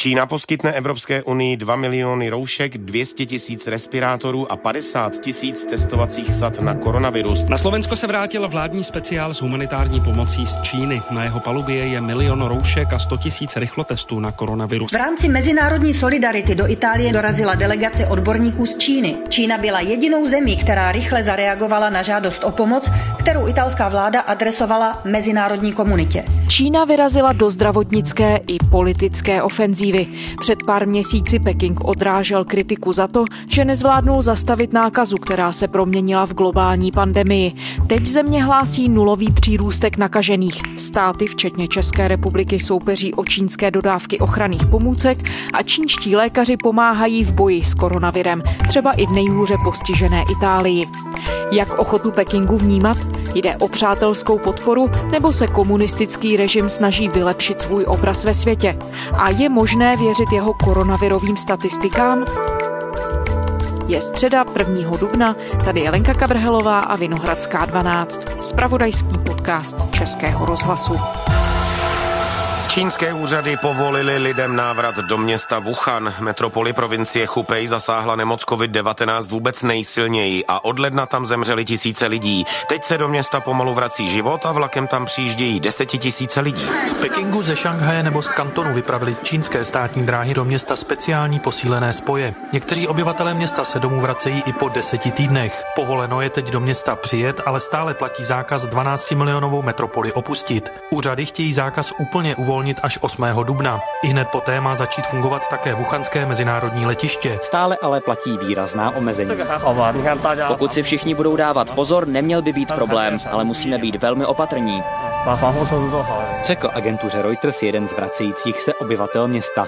Čína poskytne Evropské unii 2 miliony roušek, 200 000 respirátorů a 50 000 testovacích sad na koronavirus. Na Slovensko se vrátil vládní speciál s humanitární pomocí z Číny. Na jeho palubě je 1 milion roušek a 100 000 rychlotestů na koronavirus. V rámci mezinárodní solidarity do Itálie dorazila delegace odborníků z Číny. Čína byla jedinou zemí, která rychle zareagovala na žádost o pomoc, kterou italská vláda adresovala mezinárodní komunitě. Čína vyrazila do zdravotnické i politické ofenzívy. Před pár měsíci Peking odrážel kritiku za to, že nezvládnul zastavit nákazu, která se proměnila v globální pandemii. Teď země hlásí nulový přírůstek nakažených. Státy, včetně České republiky, soupeří o čínské dodávky ochranných pomůcek a čínští lékaři pomáhají v boji s koronavirem, třeba i v nejhůře postižené Itálii. Jak ochotu Pekingu vnímat? Jde o přátelskou podporu nebo se komunistický režim snaží vylepšit svůj obraz ve světě? A je možné věřit jeho koronavirovým statistikám? Je středa 1. dubna, tady je Lenka Kabrhelová a Vinohradská 12, zpravodajský podcast Českého rozhlasu. Čínské úřady povolily lidem návrat do města Wuhan. Metropoli provincie Hubei zasáhla nemoc COVID-19 vůbec nejsilněji a od ledna tam zemřeli tisíce lidí. Teď se do města pomalu vrací život a vlakem tam přijíždějí 10 000 lidí. Z Pekingu, ze Šanghaje nebo z Kantonu vypravili čínské státní dráhy do města speciální posílené spoje. Někteří obyvatelé města se domů vracejí i po 10 týdnech. Povoleno je teď do města přijet, ale stále platí zákaz 12milionovou metropoli opustit. Úřady chtějí zákaz úplně uvolnit až 8. dubna. Ihned poté má začít fungovat také wuhanské mezinárodní letiště. Stále ale platí výrazná omezení. Pokud si všichni budou dávat pozor, neměl by být problém, ale musíme být velmi opatrní. Řekl agentuře Reuters jeden z vracejících se obyvatel města.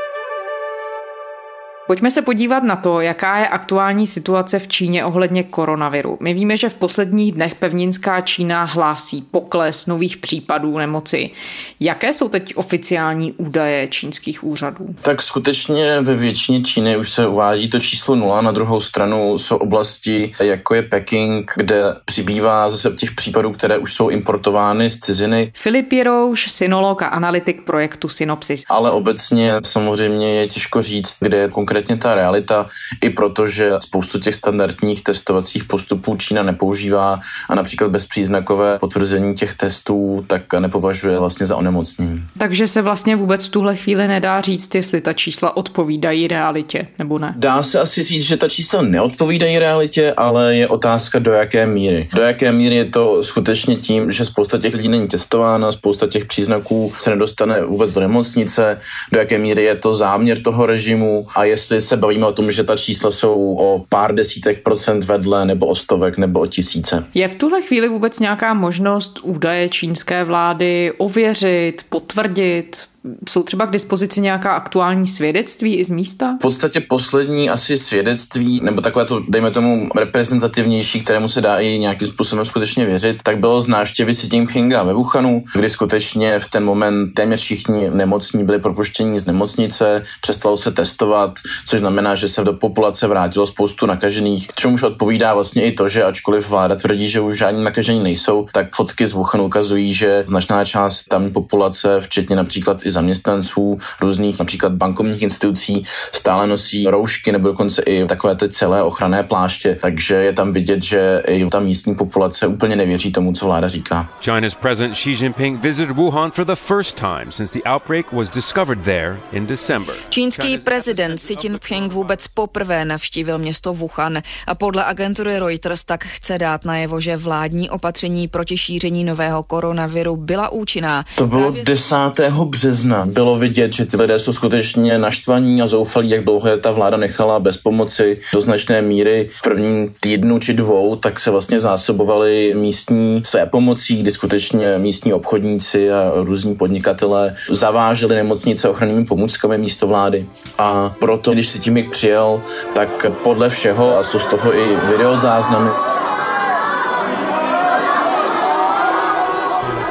Pojďme se podívat na to, jaká je aktuální situace v Číně ohledně koronaviru. My víme, že v posledních dnech pevninská Čína hlásí pokles nových případů nemoci. Jaké jsou teď oficiální údaje čínských úřadů? Tak skutečně ve většině Číny už se uvádí to číslo 0. Na druhou stranu jsou oblasti, jako je Peking, kde přibývá zase těch případů, které už jsou importovány z ciziny. Filip Jirouš, synolog a analytik projektu Synopsis. Ale obecně samozřejmě je těžko říct, kde je konkrétně ta realita, i protože spoustu těch standardních testovacích postupů Čína nepoužívá a například bezpříznakové potvrzení těch testů tak nepovažuje vlastně za onemocnění. Takže se vlastně vůbec v tuhle chvíli nedá říct, jestli ta čísla odpovídají realitě, nebo ne? Dá se asi říct, že ta čísla neodpovídají realitě, ale je otázka do jaké míry. Do jaké míry je to skutečně tím, že spousta těch lidí není testována, spousta těch příznaků se nedostane vůbec do nemocnice, do jaké míry je to záměr toho režimu a jestli se bavíme o tom, že ta čísla jsou o pár desítek procent vedle, nebo o stovek, nebo o tisíce. Je v tuhle chvíli vůbec nějaká možnost údaje čínské vlády ověřit, potvrdit? Jsou třeba k dispozici nějaká aktuální svědectví i z místa? V podstatě poslední asi svědectví, nebo takové to, dejme tomu, reprezentativnější, kterému se dá i nějakým způsobem skutečně věřit, tak bylo z návštěvy Xi Jinpinga ve Wuhanu, kdy skutečně v ten moment téměř všichni nemocní byli propuštěni z nemocnice, přestalo se testovat, což znamená, že se do populace vrátilo spoustu nakažených, čemuž odpovídá vlastně i to, že ačkoliv vláda tvrdí, že už žádní nakažení nejsou, tak fotky z Wuhanu ukazují, že značná část tamní populace, včetně například i zaměstnanců různých například bankovních institucí, stále nosí roušky nebo dokonce i takové ty celé ochranné pláště, takže je tam vidět, že i ta místní populace úplně nevěří tomu, co vláda říká. China's President Xi Jinping visited Wuhan for the first time since the outbreak was discovered there in December. Čínský prezident Xi Jinping vůbec poprvé navštívil město Wuhan a podle agentury Reuters tak chce dát najevo, že vládní opatření proti šíření nového koronaviru byla účinná. To bylo 10. března. Bylo vidět, že ty lidé jsou skutečně naštvaní a zoufalí, jak dlouho je ta vláda nechala bez pomoci. Do značné míry v prvním týdnu či dvou tak se vlastně zásobovali místní své pomocí, kdy skutečně místní obchodníci a různí podnikatelé zaváželi nemocnice ochrannými pomůckami místo vlády. A proto, když Xi Jinping přijel, tak podle všeho, a jsou z toho i videozáznamy,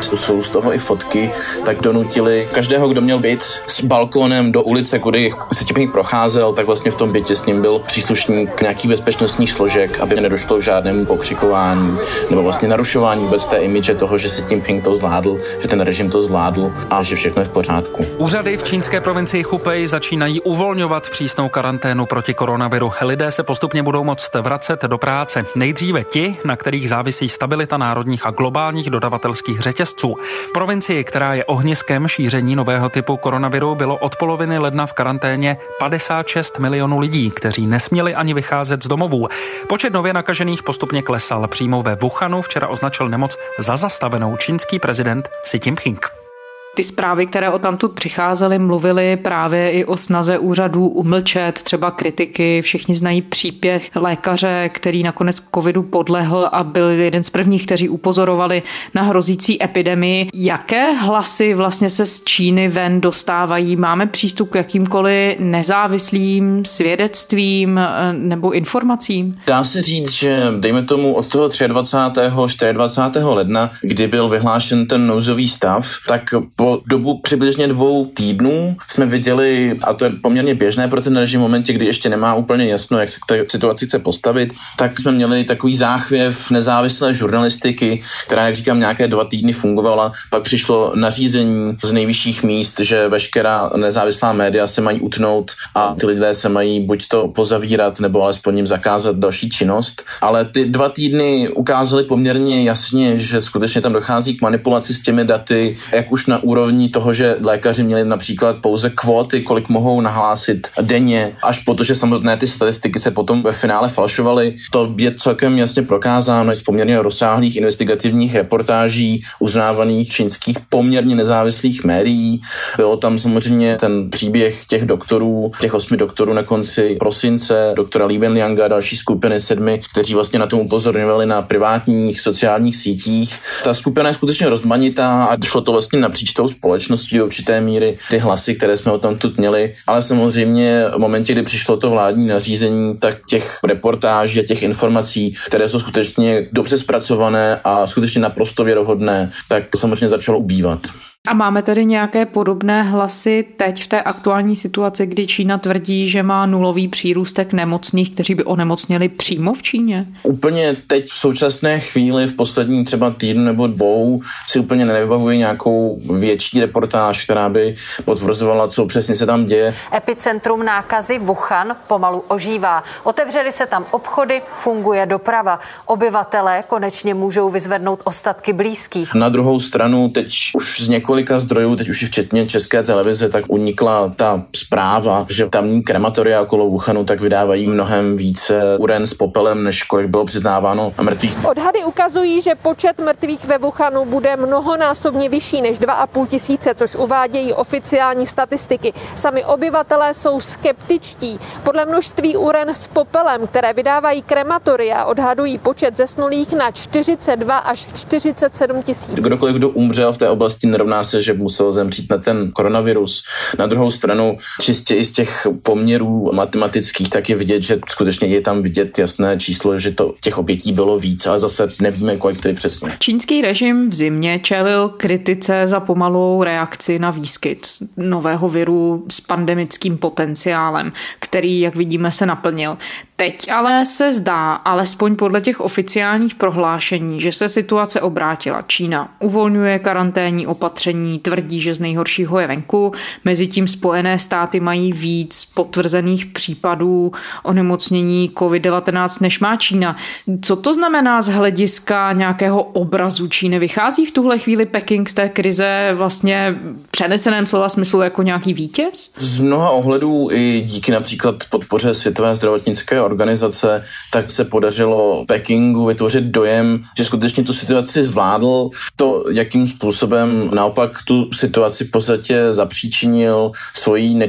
jsou z toho i fotky, tak donutili každého, kdo měl byt s balkónem do ulice, kudy Xi Jinping procházel, tak vlastně v tom bytě s ním byl příslušník nějakých bezpečnostních složek, aby nedošlo k žádnému pokřikování nebo vlastně narušování vůbec té imidže toho, že Xi Jinping to zvládl, že ten režim to zvládl a že všechno je v pořádku. Úřady v čínské provincii Hubei začínají uvolňovat přísnou karanténu proti koronaviru. Lidé se postupně budou moct vracet do práce. Nejdříve ti, na kterých závisí stabilita národních a globálních dodavatelských řetězců. V provincii, která je ohniskem šíření nového typu koronaviru, bylo od poloviny ledna v karanténě 56 milionů lidí, kteří nesměli ani vycházet z domovů. Počet nově nakažených postupně klesal. Přímo ve Wuhanu včera označil nemoc za zastavenou čínský prezident Xi Jinping. Ty zprávy, které odtamtud přicházely, mluvily právě i o snaze úřadů umlčet třeba kritiky. Všichni znají příběh lékaře, který nakonec covidu podlehl a byl jeden z prvních, kteří upozorovali na hrozící epidemii. Jaké hlasy vlastně se z Číny ven dostávají? Máme přístup k jakýmkoliv nezávislým svědectvím nebo informacím? Dá se říct, že dejme tomu od toho 23. 24. ledna, kdy byl vyhlášen ten nouzový stav, tak po dobu přibližně 2 týdnů jsme viděli, a to je poměrně běžné pro ten režim v momentě, kdy ještě nemá úplně jasno, jak se k té situaci chce postavit, tak jsme měli takový záchvěv nezávislé žurnalistiky, která, jak říkám, nějaké 2 týdny fungovala. Pak přišlo nařízení z nejvyšších míst, že veškerá nezávislá média se mají utnout a ty lidé se mají buď to pozavírat, nebo alespoň jim zakázat další činnost. Ale ty 2 týdny ukázaly poměrně jasně, že skutečně tam dochází k manipulaci s těmi daty, jak už na úrovni toho, že lékaři měli například pouze kvóty, kolik mohou nahlásit denně, až po to, že samotné ty statistiky se potom ve finále falšovaly. To je celkem jasně prokázáno z poměrně rozsáhlých investigativních reportáží uznávaných čínských poměrně nezávislých médií. Bylo tam samozřejmě ten příběh těch doktorů, těch 8 doktorů na konci prosince, doktora Li Wenlianga a další skupiny 7, kteří vlastně na tom upozorňovali na privátních sociálních sítích. Ta skupina je skutečně rozmanitá a šlo to vlastně napříč tou společností do určité míry ty hlasy, které jsme o tom tu měli, ale samozřejmě v momentě, kdy přišlo to vládní nařízení, tak těch reportáží a těch informací, které jsou skutečně dobře zpracované a skutečně naprosto věrohodné, tak samozřejmě začalo ubývat. A máme tedy nějaké podobné hlasy teď v té aktuální situaci, kdy Čína tvrdí, že má nulový přírůstek nemocných, kteří by onemocněli přímo v Číně? Úplně teď v současné chvíli, v poslední třeba týdnu nebo 2, si úplně nevybavuji nějakou větší reportáž, která by potvrzovala, co přesně se tam děje. Epicentrum nákazy Wuhan pomalu ožívá. Otevřely se tam obchody, funguje doprava. Obyvatelé konečně můžou vyzvednout ostatky blízkých. Na druhou stranu teď už z několika zdrojů, teď už i včetně České televize, tak unikla ta zpráva, že tamní krematoria okolo Wuhanu tak vydávají mnohem více uren s popelem, než kolik bylo přiznáváno mrtvých. Odhady ukazují, že počet mrtvých ve Wuhanu bude mnohonásobně vyšší než 2,5 tisíce, což uvádějí oficiální statistiky. Sami obyvatelé jsou skeptičtí. Podle množství uren s popelem, které vydávají krematoria, odhadují počet zesnulých na 42 až 47 tisíc. Kdokoliv, kdo umřel v té oblasti, nerovná se, že musel zemřít na ten koronavirus. Na druhou stranu, čistě i z těch poměrů matematických, tak je vidět, že skutečně je tam vidět jasné číslo, že to těch obětí bylo víc, ale zase nevíme, kolik to je přesně. Čínský režim v zimě čelil kritice za pomalou reakci na výskyt nového viru s pandemickým potenciálem, který, jak vidíme, se naplnil. Teď ale se zdá, alespoň podle těch oficiálních prohlášení, že se situace obrátila. Čína uvolňuje karanténní opatření, tvrdí, že z nejhoršího je venku. Mezitím Spojené státy mají víc potvrzených případů onemocnění COVID-19 než má Čína. Co to znamená z hlediska nějakého obrazu Číny? Vychází v tuhle chvíli Peking z té krize vlastně v přeneseném slova smyslu jako nějaký vítěz? Z mnoha ohledů i díky například podpoře Světové zdravotnické organizace, tak se podařilo Pekingu vytvořit dojem, že skutečně tu situaci zvládl. To, jakým způsobem naopak tu situaci v podstatě zapříčinil svojí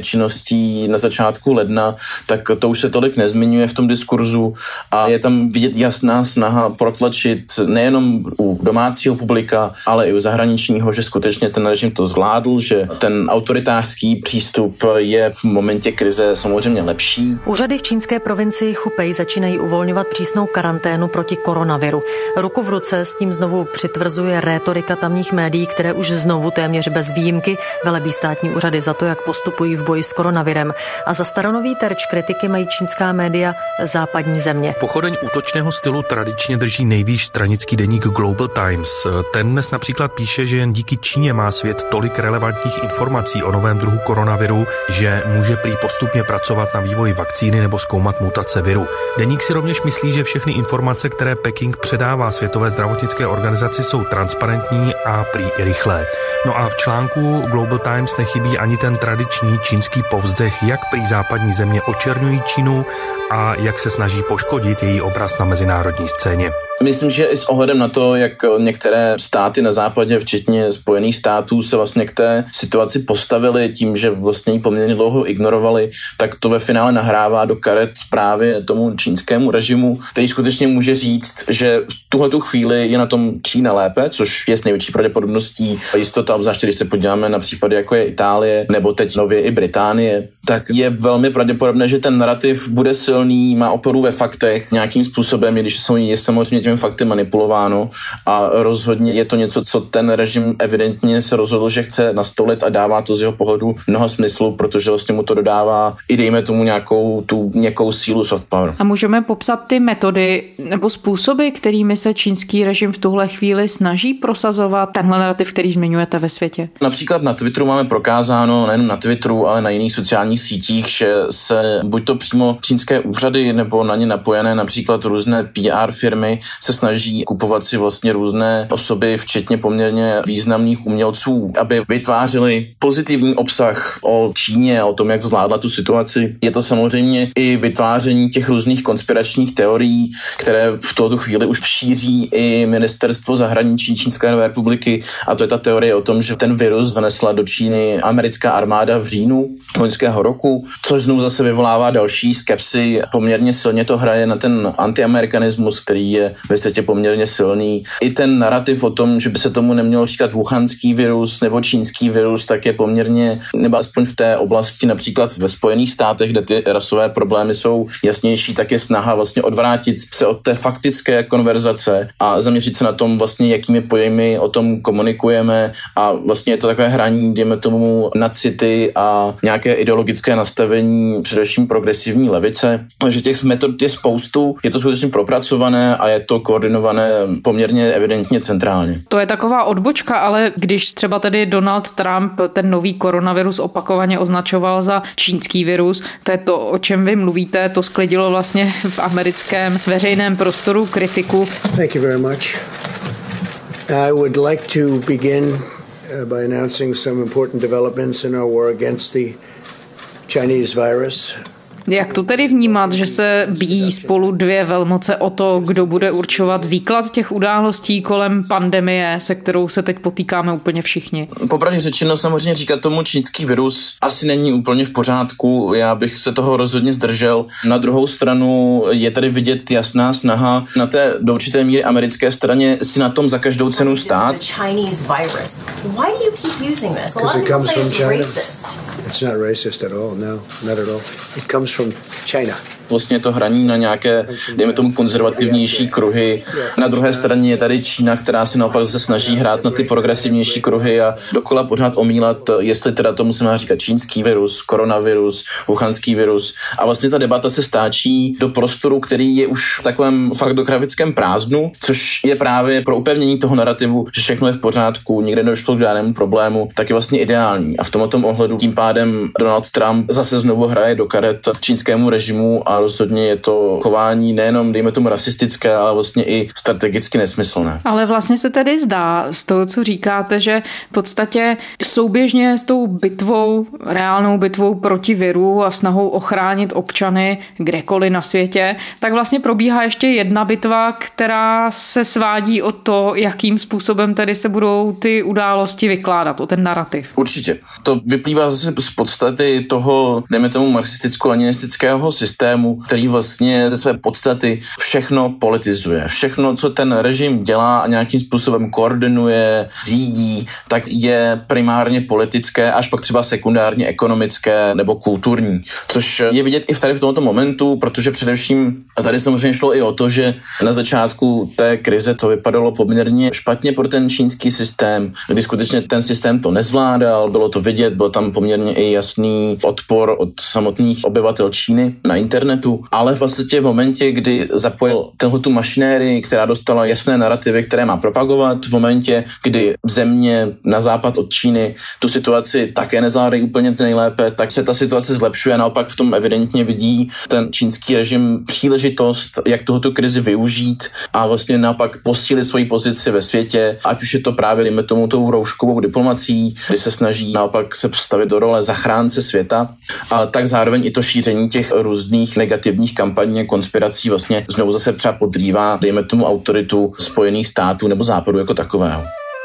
účinností na začátku ledna, tak to už se tolik nezmiňuje v tom diskurzu a je tam vidět jasná snaha protlačit nejenom u domácího publika, ale i u zahraničního, že skutečně ten režim to zvládl, že ten autoritářský přístup je v momentě krize samozřejmě lepší. Úřady v čínské provincii Hubei začínají uvolňovat přísnou karanténu proti koronaviru. Ruku v ruce s tím znovu přitvrzuje rétorika tamních médií, které už znovu téměř bez výjimky velebí státní úřady za to, jak postupují v boji s koronavirem. A za staronový terč kritiky mají čínská média západní země. Pochodeň útočného stylu tradičně drží nejvýš stranický deník Global Times. Ten dnes například píše, že jen díky Číně má svět tolik relevantních informací o novém druhu koronaviru, že může prý postupně pracovat na vývoji vakcíny nebo zkoumat mutace viru. Deník si rovněž myslí, že všechny informace, které Peking předává Světové zdravotnické organizaci, jsou transparentní a prý i rychlé. No a v článku Global Times nechybí ani ten tradiční čínský povzdech, jak prý západní země očerňují Čínu a jak se snaží poškodit její obraz na mezinárodní scéně. Myslím, že i s ohledem na to, jak některé státy na západě, včetně Spojených států, se vlastně k té situaci postavili tím, že vlastně ji poměrně dlouho ignorovali, tak to ve finále nahrává do karet právě tomu čínskému režimu, který skutečně může říct, že v tuhletu chvíli je na tom Čína lépe, což je s největší pravděpodobností jistota, obzvlášť když se podíváme na případy, jako je Itálie nebo teď nově i Británie, tak je velmi pravděpodobné, že ten narrativ bude silný, má oporu ve faktech nějakým způsobem, i když je samozřejmě těmi fakty manipulováno a rozhodně je to něco, co ten režim evidentně se rozhodl, že chce nastolit a dává to z jeho pohledu mnoho smyslu, protože vlastně mu to dodává i dejme tomu nějakou tu měkkou sílu soft power. A můžeme popsat ty metody nebo způsoby, kterými se čínský režim v tuhle chvíli snaží prosazovat tenhle narrativ, který zmiňujete ve světě? Například na Twitteru máme prokázáno, nejen na Twitteru, ale na jiných sociálních sítích, že se buď to přímo čínské úřady nebo na ně napojené například různé PR firmy se snaží kupovat si vlastně různé osoby, včetně poměrně významných umělců, aby vytvářeli pozitivní obsah o Číně a o tom, jak zvládla tu situaci. Je to samozřejmě i vytváření těch různých konspiračních teorií, které v tuto chvíli už šíří i ministerstvo zahraničí Čínské nové republiky, a to je ta teorie o tom, že ten virus zanesla do Číny americká armáda v říjnu loňského roku, což znovu zase vyvolává další skepsy. Poměrně silně to hraje na ten antiamerikanismus, který je ve světě poměrně silný. I ten narrativ o tom, že by se tomu nemělo říkat wuhanský virus nebo čínský virus, tak je poměrně, nebo aspoň v té oblasti například ve Spojených státech, kde ty rasové problémy jsou jasnější, tak je snaha vlastně odvrátit se od té faktické konverzace a zaměřit se na tom vlastně, jakými pojmy o tom komunikujeme, a vlastně je to takové hraní, dejme tomu, na city a nějaké ideologické nastavení, především progresivní levice. Takže těch metod je spoustu, je to skutečně propracované a je to koordinované poměrně evidentně centrálně. To je taková odbočka, ale když třeba tedy Donald Trump ten nový koronavirus opakovaně označoval za čínský virus, to je to, o čem vy mluvíte, to sklidilo vlastně v americkém veřejném prostoru kritiku. Thank you very much. I would like to begin by announcing some important developments in our war against the Chinese virus. Jak to tedy vnímat, že se bijí spolu dvě velmoce o to, kdo bude určovat výklad těch událostí kolem pandemie, se kterou se teď potýkáme úplně všichni? Popravdě řečeno, samozřejmě říkat tomu čínský virus asi není úplně v pořádku, já bych se toho rozhodně zdržel. Na druhou stranu je tady vidět jasná snaha na té do určité míry americké straně si na tom za každou cenu stát. It's not racist at all, no, not at all. It comes from China. Vlastně to hraní na nějaké, dejme tomu, konzervativnější kruhy. Na druhé straně je tady Čína, která se naopak se snaží hrát na ty progresivnější kruhy a dokola pořád omílat, jestli teda tomu se má říkat čínský virus, koronavirus, wuhanský virus. A vlastně ta debata se stáčí do prostoru, který je už v takovém faktografickém prázdnu, což je právě pro upevnění toho narrativu, že všechno je v pořádku, nikde nedošlo k žádnému problému, tak je vlastně ideální. A v tomto ohledu tím pádem Donald Trump zase znovu hraje do karet čínskému režimu a rozhodně je to chování nejenom, dejme tomu, rasistické, ale vlastně i strategicky nesmyslné. Ale vlastně se tedy zdá z toho, co říkáte, že v podstatě souběžně s tou bitvou, reálnou bitvou proti viru a snahou ochránit občany kdekoliv na světě, tak vlastně probíhá ještě jedna bitva, která se svádí o to, jakým způsobem tedy se budou ty události vykládat, o ten narrativ. Určitě. To vyplývá zase z podstaty toho, dejme tomu, marxisticko-leninistického systému, který vlastně ze své podstaty všechno politizuje. Všechno, co ten režim dělá a nějakým způsobem koordinuje, řídí, tak je primárně politické, až pak třeba sekundárně ekonomické nebo kulturní. Což je vidět i tady v tomto momentu, protože především tady samozřejmě šlo i o to, že na začátku té krize to vypadalo poměrně špatně pro ten čínský systém, kdy skutečně ten systém to nezvládal, bylo to vidět, byl tam poměrně i jasný odpor od samotných obyvatel Číny na internetu, ale vlastně v momentě, kdy zapojil tu mašinérii, která dostala jasné narrativy, které má propagovat, v momentě, kdy země na západ od Číny tu situaci také nezvládají úplně nejlépe, tak se ta situace zlepšuje a naopak v tom evidentně vidí ten čínský režim příležitost, jak tu krizi využít a vlastně naopak posílit svoji pozici ve světě, ať už je to právě, dejme tomu, tou rouškovou diplomací, kdy se snaží naopak se postavit do role zachránce světa, a tak zároveň i to šíření těch různých negativních kampaní a konspirací vlastně znovu zase třeba podrývá, dejme tomu, autoritu Spojených států nebo Západu jako takového.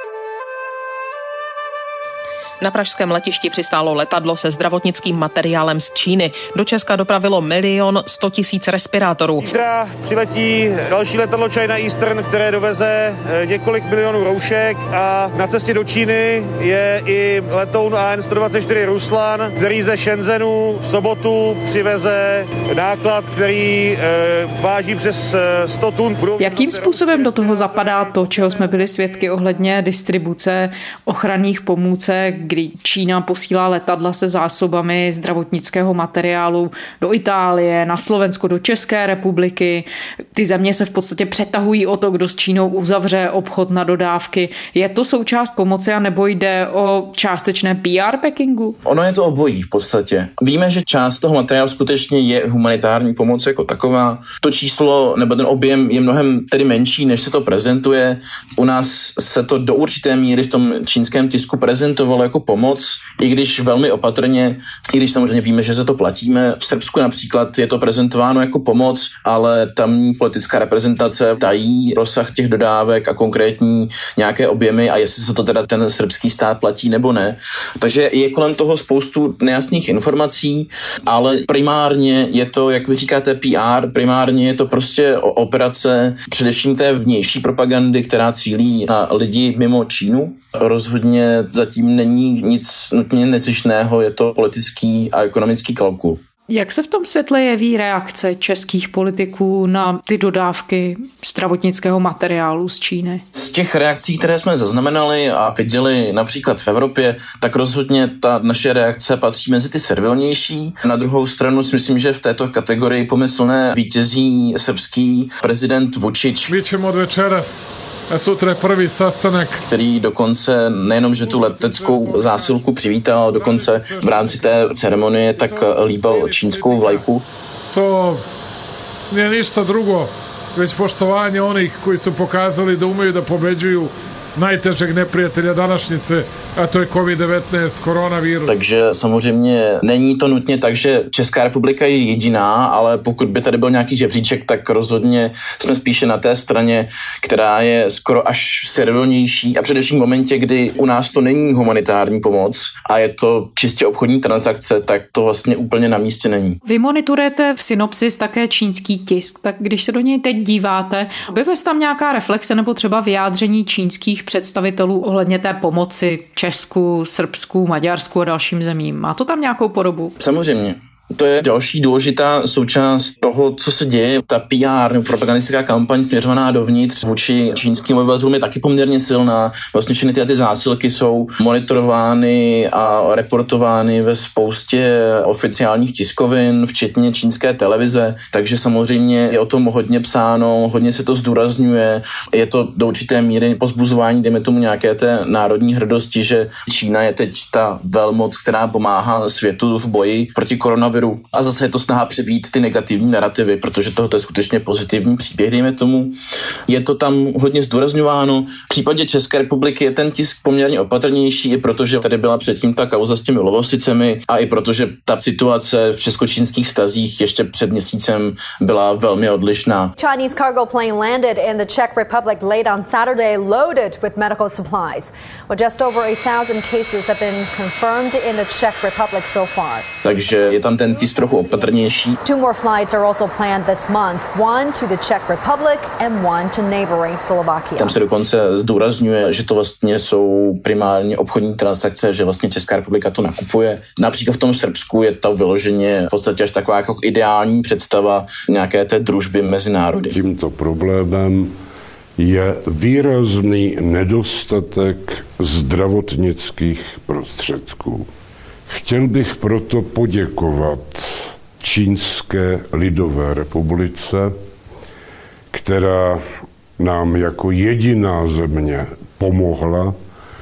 Na pražském letišti přistálo letadlo se zdravotnickým materiálem z Číny. Do Česka dopravilo 1 100 000 respirátorů. Zítra přiletí další letadlo China Eastern, které doveze několik milionů roušek a na cestě do Číny je i letoun AN-124 Ruslan, který ze Shenzhenu v sobotu přiveze náklad, který váží přes 100 tun. Jakým způsobem do toho zapadá to, čeho jsme byli svědky ohledně distribuce ochranných pomůcek, kdy Čína posílá letadla se zásobami zdravotnického materiálu do Itálie, na Slovensko, do České republiky. Ty země se v podstatě přetahují o to, kdo s Čínou uzavře obchod na dodávky. Je to součást pomoci a nebo jde o částečné PR Pekingu? Ono je to obojí v podstatě. Víme, že část toho materiálu skutečně je humanitární pomoc jako taková. To číslo nebo ten objem je mnohem tedy menší, než se to prezentuje. U nás se to do určité míry v tom čínském tisku prezentovalo jako pomoc, i když velmi opatrně, i když samozřejmě víme, že se to platíme. V Srbsku například je to prezentováno jako pomoc, ale tamní politická reprezentace tají rozsah těch dodávek a konkrétní nějaké objemy a jestli se to teda ten srbský stát platí nebo ne. Takže je kolem toho spoustu nejasných informací, ale primárně je to, jak vy říkáte, PR, primárně je to prostě operace především té vnější propagandy, která cílí na lidi mimo Čínu. Rozhodně zatím není nic nutně nezištného, je to politický a ekonomický kalkul. Jak se v tom světle jeví reakce českých politiků na ty dodávky zdravotnického materiálu z Číny? Z těch reakcí, které jsme zaznamenali a viděli například v Evropě, tak rozhodně ta naše reakce patří mezi ty servilnější. Na druhou stranu si myslím, že v této kategorii pomyslné vítězí srbský prezident Vučić. Vidíme od večeras. A sutra je první sastanek. Který dokonce nejenom, že tu leteckou zásilku přivítal, dokonce v rámci té ceremonie tak líbal čínskou vlajku. To nije ništa drugo, već poštovanje onih koji su pokazali da umeju da pobeđuju najtežeg neprijatelja današnjice, a to je COVID-19, koronavirus. Takže samozřejmě není to nutně tak, že Česká republika je jediná, ale pokud by tady byl nějaký žebříček, tak rozhodně jsme spíše na té straně, která je skoro až servilnější a především v momentě, kdy u nás to není humanitární pomoc a je to čistě obchodní transakce, tak to vlastně úplně na místě není. Vy monitorujete v Synopsis také čínský tisk, tak když se do něj teď díváte, objevuje se tam nějaká reflexe nebo třeba vyjádření čínských představitelů ohledně té pomoci Česku, Srbsku, Maďarsku a dalším zemím? Má to tam nějakou podobu? Samozřejmě. To je další důležitá součást toho, co se děje. Ta PR nebo propagandistická kampaň směřovaná dovnitř vůči čínským obyvatelům je taky poměrně silná. Vlastně všechny ty zásilky jsou monitorovány a reportovány ve spoustě oficiálních tiskovin, včetně čínské televize. Takže samozřejmě je o tom hodně psáno, hodně se to zdůrazňuje. Je to do určité míry pozbuzování, dejme tomu, nějaké té národní hrdosti, že Čína je teď ta velmoc, která pomáhá světu v boji proti koronaviru. koronaviru. A zase je to snaha přebít ty negativní narrativy, protože tohle je skutečně pozitivní příběh, dejme tomu. Je to tam hodně zdůrazňováno. V případě České republiky je ten tisk poměrně opatrnější, i protože tady byla předtím ta kauza s těmi Lovosicemi a i protože ta situace v česko-čínských vztazích ještě před měsícem byla velmi odlišná. Chinese cargo plane landed in the Czech Republic late on Saturday loaded with medical supplies. Well, just over 1,000 cases have been confirmed in the Czech Republic so far. Takže je tam ten tisk trochu opatrnější. 2 more flights are also planned this month, one to the Czech Republic and one to neighboring Slovakia. Tam se dokonce zdůrazňuje, že to vlastně jsou primárně obchodní transakce, že vlastně Česká republika to nakupuje. Například v tom Srbsku je to vyloženě v podstatě až taková jako ideální představa nějaké té družby mezi národy. Tímto problémem je výrazný nedostatek zdravotnických prostředků. Chtěl bych proto poděkovat Čínské lidové republice, která nám jako jediná země pomohla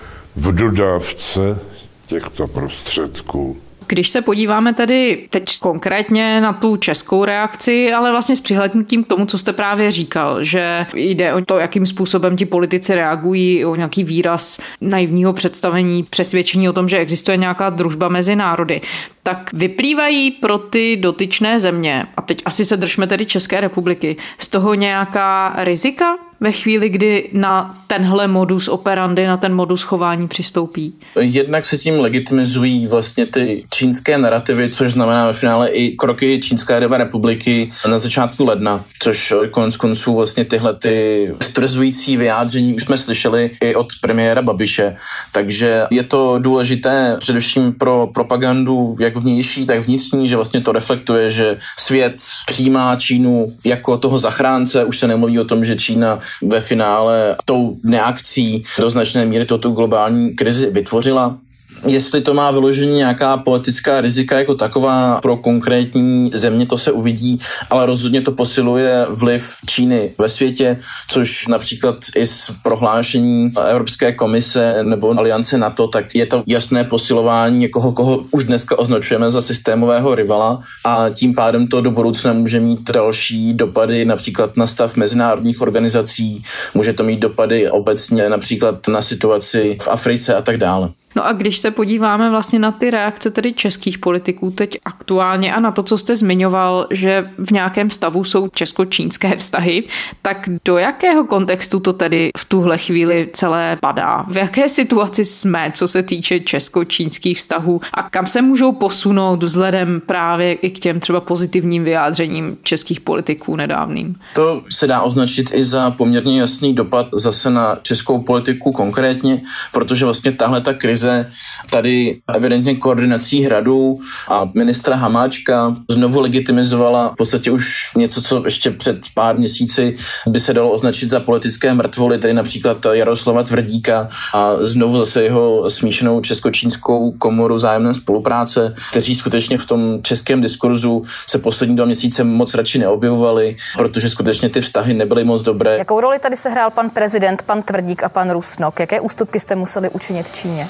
v dodávce těchto prostředků. Když se podíváme tedy teď konkrétně na tu českou reakci, ale vlastně s přihlédnutím k tomu, co jste právě říkal, že jde o to, jakým způsobem ti politici reagují, o nějaký výraz naivního představení, přesvědčení o tom, že existuje nějaká družba mezi národy, tak vyplývají pro ty dotyčné země, a teď asi se držme tedy České republiky, z toho nějaká rizika ve chvíli, kdy na tenhle modus operandi, na ten modus chování přistoupí? Jednak se tím legitimizují vlastně ty čínské narrativy, což znamená ve finále i kroky Čínské lidové republiky na začátku ledna, což konec konců vlastně tyhle ty stvrzující vyjádření už jsme slyšeli i od premiéra Babiše, takže je to důležité především pro propagandu jak vnější, tak vnitřní, že vlastně to reflektuje, že svět přijímá Čínu jako toho zachránce, už se nemluví o tom, že Čína ve finále tou neakcí do značné míry tu globální krizi vytvořila. Jestli to má vyloženě nějaká politická rizika jako taková pro konkrétní země, to se uvidí, ale rozhodně to posiluje vliv Číny ve světě, což například i z prohlášení Evropské komise nebo Aliance NATO, tak je to jasné posilování někoho, koho už dneska označujeme za systémového rivala a tím pádem to do budoucna může mít další dopady například na stav mezinárodních organizací, může to mít dopady obecně například na situaci v Africe a tak dále. No a když se podíváme vlastně na ty reakce tedy českých politiků teď aktuálně a na to, co jste zmiňoval, že v nějakém stavu jsou česko-čínské vztahy, tak do jakého kontextu to tedy v tuhle chvíli celé padá? V jaké situaci jsme, co se týče česko-čínských vztahů a kam se můžou posunout vzhledem právě i k těm třeba pozitivním vyjádřením českých politiků nedávným? To se dá označit i za poměrně jasný dopad zase na českou politiku konkrétně, protože vlastně tahle ta krize tady evidentně koordinací Hradu a ministra Hamáčka znovu legitimizovala v podstatě už něco, co ještě před pár měsíci by se dalo označit za politické mrtvoly, tedy například Jaroslava Tvrdíka a znovu zase jeho smíšenou česko-čínskou komoru vzájemné spolupráce, kteří skutečně v tom českém diskurzu se poslední 2 měsíce moc radši neobjevovali, protože skutečně ty vztahy nebyly moc dobré. Jakou roli tady sehrál pan prezident, pan Tvrdík a pan Rusnok? Jaké ústupky jste museli učinit Číně?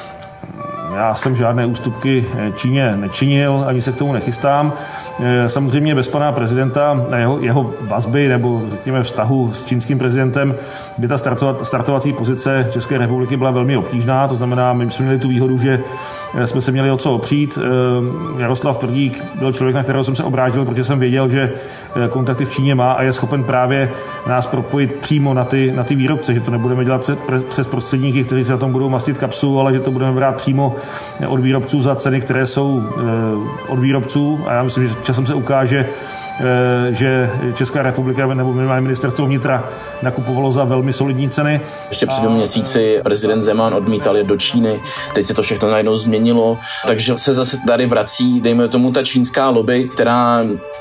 Já jsem žádné ústupky Číně nečinil, ani se k tomu nechystám. Samozřejmě bez pana prezidenta a jeho vazby nebo řekněme vztahu s čínským prezidentem by ta startovací pozice České republiky byla velmi obtížná. To znamená, my jsme měli tu výhodu, že jsme se měli o co opřít. Jaroslav Tvrdík byl člověk, na kterého jsem se obrátil, protože jsem věděl, že kontakty v Číně má a je schopen právě nás propojit přímo na ty výrobce, že to nebudeme dělat přes prostředníky, kteří se na tom budou mastit kapsu, ale že to budeme brát přímo od výrobců za ceny, které jsou od výrobců. A já myslím, že časem se ukáže, že Česká republika nebo minimálně ministerstvo vnitra nakupovalo za velmi solidní ceny. Ještě před 2 měsíci prezident Zeman odmítal jet do Číny, teď se to všechno najednou změnilo, takže se zase tady vrací, dejme tomu, ta čínská lobby, která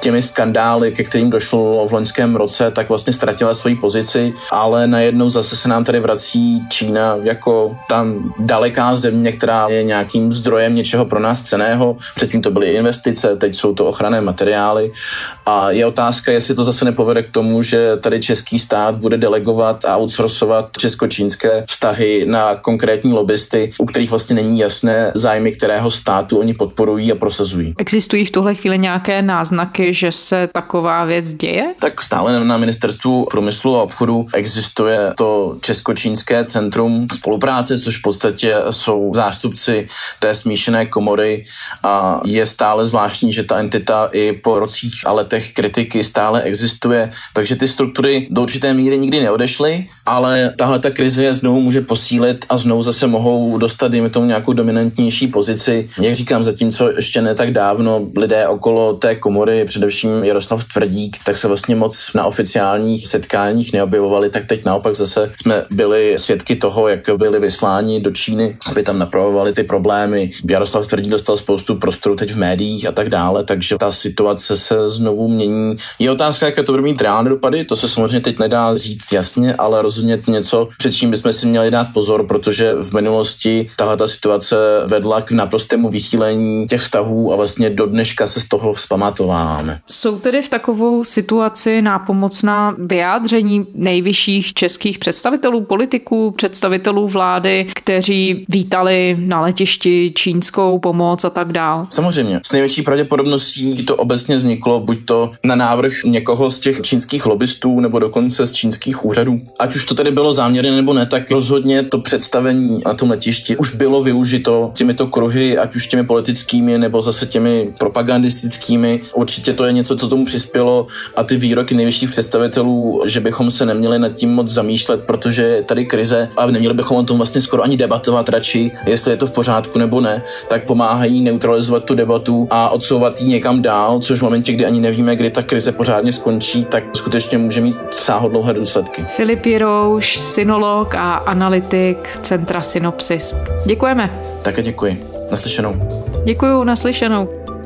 těmi skandály, ke kterým došlo v loňském roce, tak vlastně ztratila svoji pozici, ale najednou zase se nám tady vrací Čína jako tam daleká země, která je nějakým zdrojem něčeho pro nás cenného. Předtím to byly investice, teď jsou to ochranné materiály a je otázka, jestli to zase nepovede k tomu, že tady český stát bude delegovat a outsourcovat česko-čínské vztahy na konkrétní lobbysty, u kterých vlastně není jasné zájmy, kterého státu oni podporují a prosazují. Existují v tuhle chvíli nějaké náznaky, že se taková věc děje? Tak stále na Ministerstvu průmyslu a obchodu existuje to česko-čínské centrum spolupráce, což v podstatě jsou zástupci té smíšené komory a je stále zvláštní, že ta entita i po rocích a letech kritiky stále existuje, takže ty struktury do určité míry nikdy neodešly, ale tahle ta krize je znovu může posílit a znovu zase mohou dostat, dejme tomu, nějakou dominantnější pozici. Jak říkám, zatímco ještě ne tak dávno lidé okolo té komory, především Jaroslav Tvrdík, tak se vlastně moc na oficiálních setkáních neobjevovali, tak teď naopak zase jsme byli svědky toho, jak byli vysláni do Číny, aby tam napravovali ty problémy. Jaroslav Tvrdík dostal spoustu prostoru teď v médiích a tak dále, takže ta situace se znovu mění. Je otázka, jaké to bude mít reálné dopady, to se samozřejmě teď nedá říct jasně, ale rozhodně něco, před čím bychom si měli dát pozor, protože v minulosti tahle situace vedla k naprostému vychýlení těch vztahů a vlastně do dneška se z toho vzpamatováváme. Jsou tedy v takovou situaci nápomocná vyjádření nejvyšších českých představitelů, politiků, představitelů vlády, kteří vítali na letišti čínskou pomoc a tak dál? Samozřejmě. S největší pravděpodobností to obecně vzniklo buď to na návrh někoho z těch čínských lobbystů nebo dokonce z čínských úřadů. Ať už to tedy bylo záměrně nebo ne, tak rozhodně to představení na tom letišti už bylo využito těmito kruhy, ať už těmi politickými nebo zase těmi propagandistickými. Určitě to je něco, co tomu přispělo a ty výroky nejvyšších představitelů, že bychom se neměli nad tím moc zamýšlet, protože je tady krize a neměli bychom o tom vlastně skoro ani debatovat radši, jestli je to v pořádku nebo ne, tak pomáhají neutralizovat tu debatu a odsouvat ji někam dál, což v momentě, kdy ani nevíme, kdy ta krize pořádně skončí, tak skutečně může mít sáhodlouhé důsledky. Filip Jirouš, synolog a analytik Centra Synopsis. Děkujeme. Také děkuji. Naslyšenou. Děkuju, naslyšenou.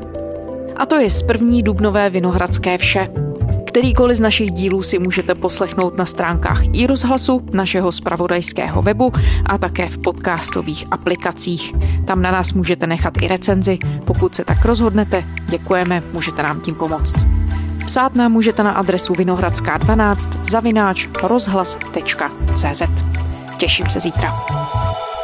A to je z první dubnové Vinohradské vše. Kterýkoliv z našich dílů si můžete poslechnout na stránkách iRozhlasu, našeho zpravodajského webu a také v podcastových aplikacích. Tam na nás můžete nechat i recenzi. Pokud se tak rozhodnete, děkujeme, můžete nám tím pomoct. Psát nám můžete na adresu vinohradská12 @rozhlas.cz. Těším se zítra.